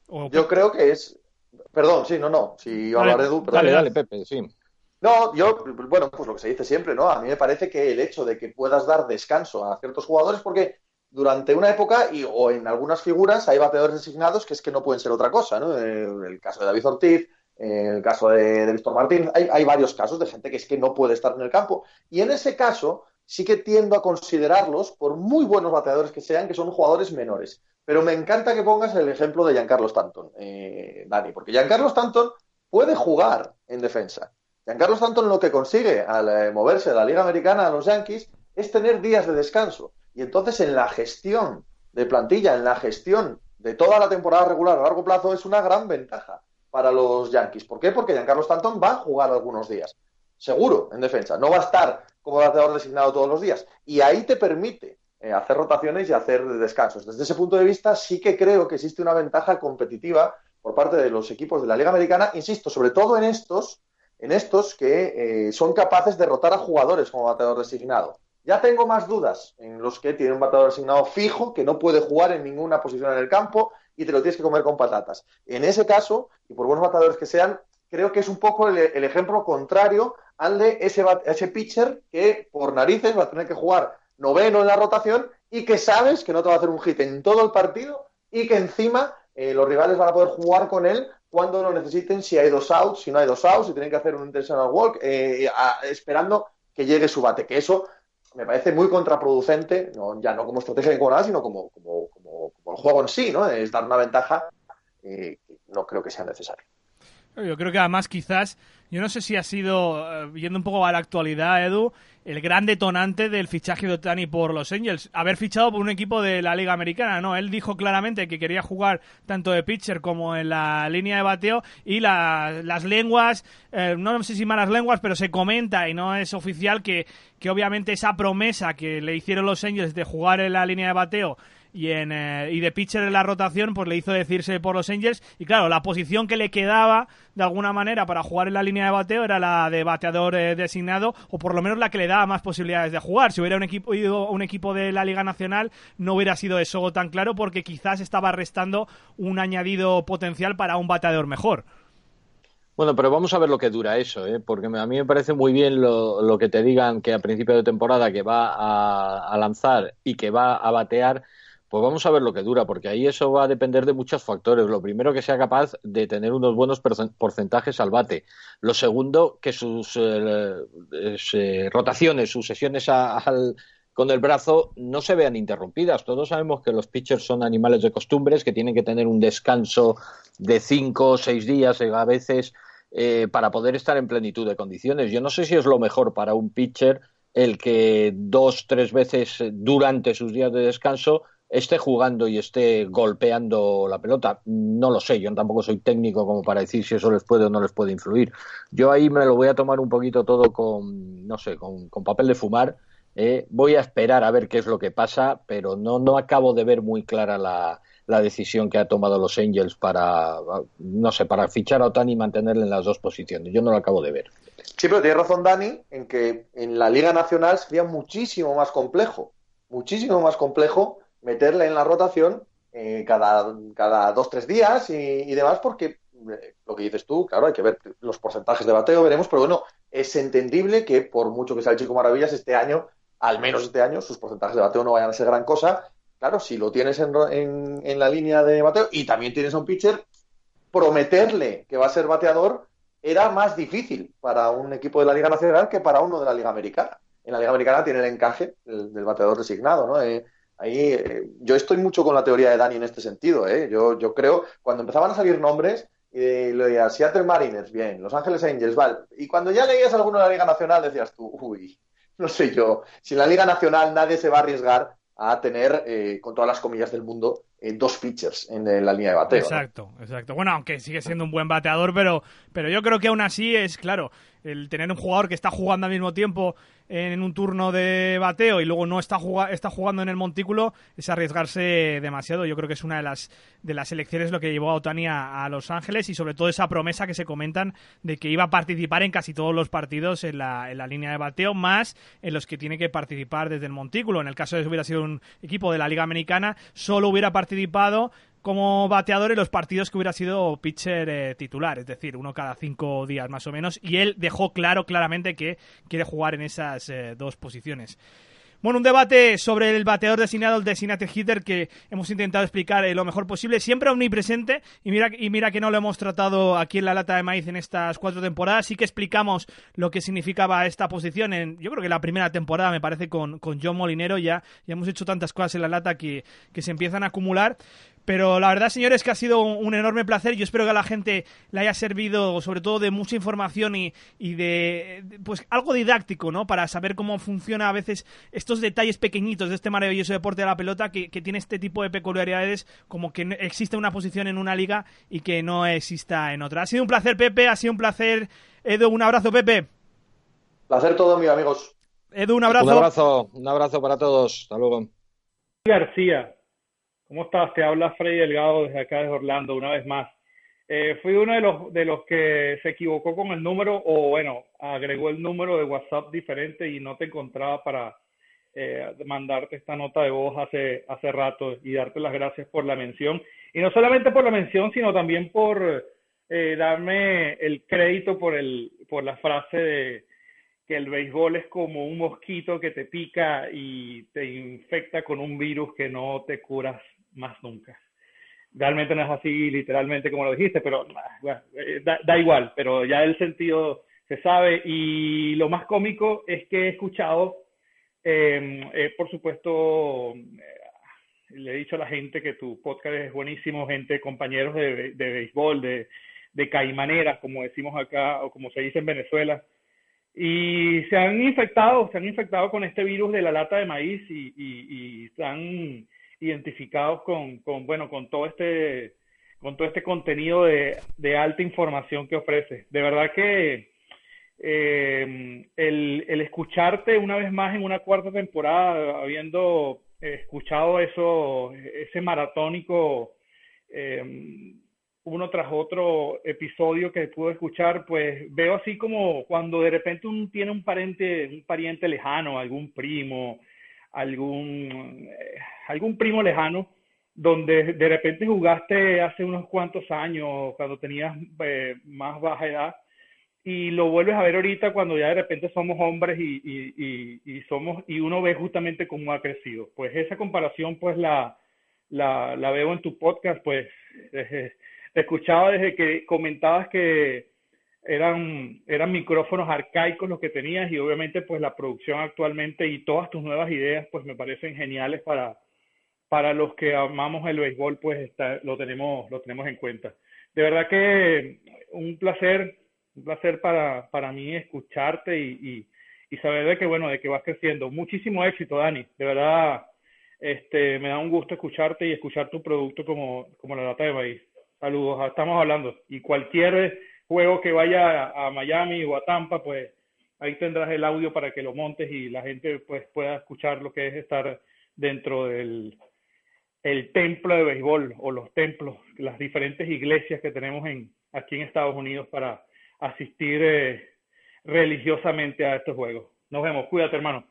creo que es... Perdón, sí, no. Si iba a hablar Edu... Perdón. Dale, Pepe, sí. No, bueno, pues lo que se dice siempre, ¿no? A mí me parece que el hecho de que puedas dar descanso a ciertos jugadores, porque durante una época o en algunas figuras hay bateadores designados que es que no pueden ser otra cosa, ¿no? El caso de David Ortiz, el caso de Víctor Martín, hay varios casos de gente que es que no puede estar en el campo. Y en ese caso sí que tiendo a considerarlos, por muy buenos bateadores que sean, que son jugadores menores. Pero me encanta que pongas el ejemplo de Giancarlo Stanton, Dani, porque Giancarlo Stanton puede jugar en defensa. Giancarlo Stanton lo que consigue al moverse de la Liga Americana a los Yankees es tener días de descanso. Y entonces en la gestión de plantilla, en la gestión de toda la temporada regular a largo plazo, es una gran ventaja para los Yankees. ¿Por qué? Porque Giancarlo Stanton va a jugar algunos días. Seguro, en defensa. No va a estar como bateador designado todos los días. Y ahí te permite hacer rotaciones y hacer descansos. Desde ese punto de vista sí que creo que existe una ventaja competitiva por parte de los equipos de la Liga Americana, insisto, sobre todo en estos que son capaces de rotar a jugadores como bateador designado. Ya tengo más dudas en los que tienen un bateador designado fijo, que no puede jugar en ninguna posición en el campo y te lo tienes que comer con patatas. En ese caso, y por buenos bateadores que sean, creo que es un poco el ejemplo contrario al de ese pitcher que por narices va a tener que jugar noveno en la rotación y que sabes que no te va a hacer un hit en todo el partido y que encima los rivales van a poder jugar con él cuando lo necesiten, si hay 2 outs, si no hay 2 outs, si tienen que hacer un intentional walk, esperando que llegue su bate, que eso me parece muy contraproducente, ya no como estrategia ni como nada, sino como el juego en sí, ¿no? Es dar una ventaja que no creo que sea necesario. Yo creo que además quizás, yo no sé si ha sido, yendo un poco a la actualidad, Edu, el gran detonante del fichaje de Ohtani por los Angels, haber fichado por un equipo de la Liga Americana, ¿no? Él dijo claramente que quería jugar tanto de pitcher como en la línea de bateo y las lenguas, no sé si malas lenguas, pero se comenta y no es oficial que obviamente esa promesa que le hicieron los Angels de jugar en la línea de bateo y de pitcher en la rotación, pues le hizo decirse por los Angels. Y claro, la posición que le quedaba de alguna manera para jugar en la línea de bateo era la de bateador designado, o por lo menos la que le daba más posibilidades de jugar. Si hubiera ido un equipo de la Liga Nacional, no hubiera sido eso tan claro, porque quizás estaba restando un añadido potencial para un bateador mejor. Bueno, pero vamos a ver lo que dura eso, porque a mí me parece muy bien lo que te digan que a principio de temporada que va a lanzar y que va a batear. Pues vamos a ver lo que dura, porque ahí eso va a depender de muchos factores. Lo primero, que sea capaz de tener unos buenos porcentajes al bate. Lo segundo, que sus rotaciones, sus sesiones con el brazo no se vean interrumpidas. Todos sabemos que los pitchers son animales de costumbres, que tienen que tener un descanso de 5 o 6 días a veces para poder estar en plenitud de condiciones. Yo no sé si es lo mejor para un pitcher el que 2 o 3 veces durante sus días de descanso esté jugando y esté golpeando la pelota. No lo sé, yo tampoco soy técnico como para decir si eso les puede o no les puede influir. Yo ahí me lo voy a tomar un poquito todo con papel de fumar Voy a esperar a ver qué es lo que pasa, pero no acabo de ver muy clara la decisión que ha tomado los Angels para fichar a Ohtani y mantenerle en las dos posiciones. Yo no lo acabo de ver. Sí, pero tiene razón Dani en que en la Liga Nacional sería muchísimo más complejo meterle en la rotación cada 2-3 días y demás, porque lo que dices tú, claro, hay que ver los porcentajes de bateo, veremos, pero bueno, es entendible que por mucho que sea el Chico Maravillas al menos este año, sus porcentajes de bateo no vayan a ser gran cosa. Claro, si lo tienes en la línea de bateo y también tienes a un pitcher, prometerle que va a ser bateador era más difícil para un equipo de la Liga Nacional que para uno de la Liga Americana. En la Liga Americana tiene el encaje del bateador designado, ¿no? Yo estoy mucho con la teoría de Dani en este sentido, ¿eh? Yo creo, cuando empezaban a salir nombres, lo de Seattle Mariners, bien, Los Ángeles Angels, vale, y cuando ya leías alguno de la Liga Nacional decías tú, uy, no sé yo, si en la Liga Nacional nadie se va a arriesgar a tener, con todas las comillas del mundo, 2 pitchers en la línea de bateo. Exacto, ¿no? Exacto. Bueno, aunque sigue siendo un buen bateador, pero yo creo que aún así es, claro, el tener un jugador que está jugando al mismo tiempo en un turno de bateo y luego no está jugando en el montículo es arriesgarse demasiado. Yo creo que es una de las elecciones lo que llevó a Ohtani a Los Ángeles, y sobre todo esa promesa que se comentan de que iba a participar en casi todos los partidos en la línea de bateo, más en los que tiene que participar desde el montículo. En el caso de que hubiera sido un equipo de la Liga Americana, solo hubiera participado como bateador en los partidos que hubiera sido pitcher titular, es decir, uno cada 5 días más o menos, y él dejó claramente que quiere jugar en esas 2 posiciones. Bueno, un debate sobre el bateador designado, el designated hitter, que hemos intentado explicar lo mejor posible, siempre omnipresente, y mira que no lo hemos tratado aquí en La Lata de Maíz en estas 4 temporadas. Sí que explicamos lo que significaba esta posición yo creo que la primera temporada, me parece, con John Molinero. Ya hemos hecho tantas cosas en La Lata que se empiezan a acumular. Pero la verdad, señores, que ha sido un enorme placer. Yo espero que a la gente le haya servido, sobre todo, de mucha información y de pues algo didáctico, ¿no? Para saber cómo funciona a veces estos detalles pequeñitos de este maravilloso deporte de la pelota, que tiene este tipo de peculiaridades, como que existe una posición en una liga y que no exista en otra. Ha sido un placer, Pepe. Ha sido un placer, Edu. Un abrazo, Pepe. Placer todo mío, amigos. Edu, un abrazo. Un abrazo para todos. Hasta luego. García, ¿cómo estás? Te habla Freddy Delgado desde acá de Orlando, una vez más. Fui uno de los que se equivocó con el número, o bueno, agregó el número de WhatsApp diferente y no te encontraba para mandarte esta nota de voz hace rato y darte las gracias por la mención. Y no solamente por la mención, sino también por darme el crédito por la frase de que el béisbol es como un mosquito que te pica y te infecta con un virus que no te curas más nunca. Realmente no es así literalmente como lo dijiste, pero da igual, pero ya el sentido se sabe. Y lo más cómico es que he escuchado, por supuesto, le he dicho a la gente que tu podcast es buenísimo, compañeros de béisbol, de caimaneras, como decimos acá, o como se dice en Venezuela, y se han infectado con este virus de la lata de maíz y están identificados con todo este contenido de alta información que ofrece. De verdad que el escucharte una vez más en una 4ª temporada, habiendo escuchado ese maratónico uno tras otro episodio que pude escuchar, pues veo así como cuando de repente uno tiene un pariente lejano, algún primo, algún primo lejano, donde de repente jugaste hace unos cuantos años, cuando tenías más baja edad, y lo vuelves a ver ahorita cuando ya de repente somos hombres y uno ve justamente cómo ha crecido. Pues esa comparación pues la veo en tu podcast, pues te escuchaba desde que comentabas que eran micrófonos arcaicos los que tenías, y obviamente pues la producción actualmente y todas tus nuevas ideas pues me parecen geniales para los que amamos el béisbol, pues lo tenemos en cuenta. De verdad que un placer para mí escucharte y saber de que vas creciendo. Muchísimo éxito, Dani. De verdad, me da un gusto escucharte y escuchar tu producto como La Lata de Maíz. Saludos, estamos hablando. Y cualquier juego que vaya a Miami o a Tampa, pues ahí tendrás el audio para que lo montes y la gente pues pueda escuchar lo que es estar dentro del templo de béisbol o los templos, las diferentes iglesias que tenemos aquí en Estados Unidos para asistir religiosamente a estos juegos. Nos vemos, cuídate, hermano.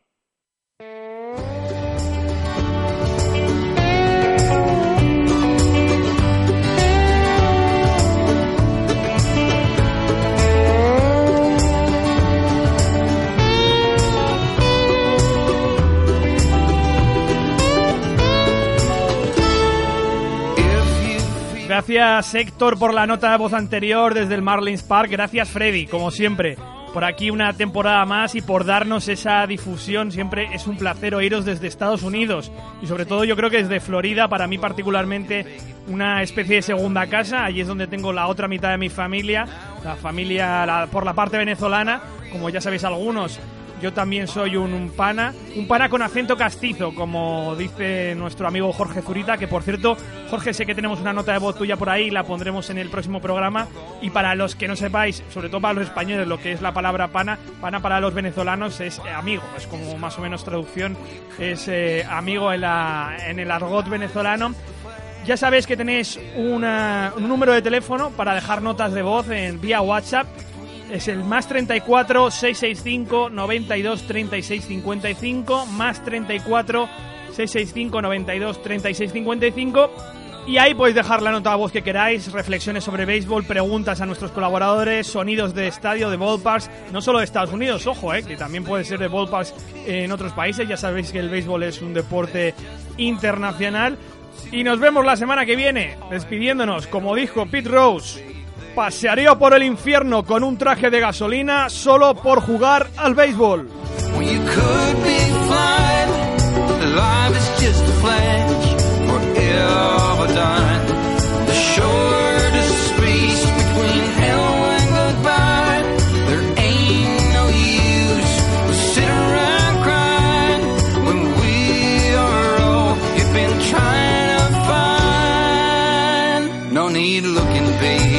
Gracias, Héctor, por la nota de voz anterior desde el Marlins Park. Gracias, Freddy, como siempre, por aquí una temporada más y por darnos esa difusión. Siempre es un placer oíros desde Estados Unidos y sobre todo yo creo que desde Florida, para mí particularmente una especie de segunda casa. Allí es donde tengo la otra mitad de mi familia, la familia por la parte venezolana, como ya sabéis algunos. Yo también soy un pana con acento castizo, como dice nuestro amigo Jorge Zurita, que por cierto, Jorge, sé que tenemos una nota de voz tuya por ahí, la pondremos en el próximo programa. Y para los que no sepáis, sobre todo para los españoles, lo que es la palabra pana para los venezolanos es amigo, es como más o menos traducción, es amigo en el argot venezolano. Ya sabéis que tenéis un número de teléfono para dejar notas de voz vía WhatsApp. Es el más 34 665 92 36 55, más 34 665 92 36 55, y ahí podéis dejar la nota de voz que queráis, reflexiones sobre béisbol, preguntas a nuestros colaboradores, sonidos de estadio, de ballparks, no solo de Estados Unidos, ojo, que también puede ser de ballparks en otros países. Ya sabéis que el béisbol es un deporte internacional. Y nos vemos la semana que viene, despidiéndonos, como dijo Pete Rose: pasearía por el infierno con un traje de gasolina solo por jugar al béisbol. No need looking, babe.